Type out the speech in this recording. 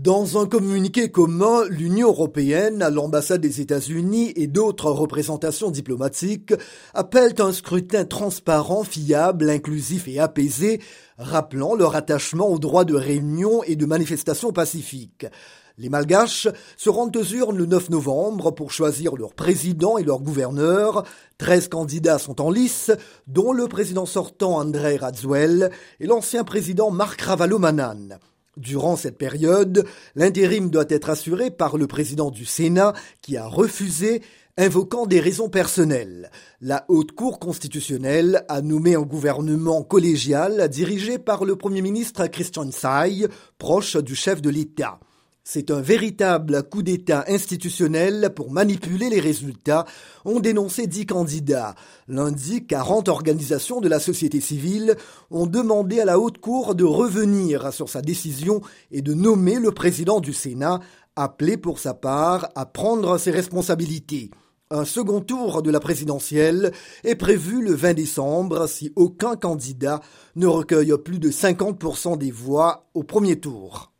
Dans un communiqué commun, l'Union européenne, l'ambassade des États-Unis et d'autres représentations diplomatiques appellent un scrutin transparent, fiable, inclusif et apaisé, rappelant leur attachement aux droits de réunion et de manifestation pacifique. Les Malgaches se rendent aux urnes le 9 novembre pour choisir leur président et leur gouverneur. 13 candidats sont en lice, dont le président sortant Andrei Rajoelina et l'ancien président Marc Ravalomanana. Durant cette période, l'intérim doit être assuré par le président du Sénat qui a refusé, invoquant des raisons personnelles. La Haute Cour constitutionnelle a nommé un gouvernement collégial dirigé par le Premier ministre Christian Tsai, proche du chef de l'État. C'est un véritable coup d'État institutionnel pour manipuler les résultats, ont dénoncé 10 candidats. Lundi, 40 organisations de la société civile ont demandé à la Haute Cour de revenir sur sa décision et de nommer le président du Sénat, appelé pour sa part à prendre ses responsabilités. Un second tour de la présidentielle est prévu le 20 décembre si aucun candidat ne recueille plus de 50% des voix au premier tour.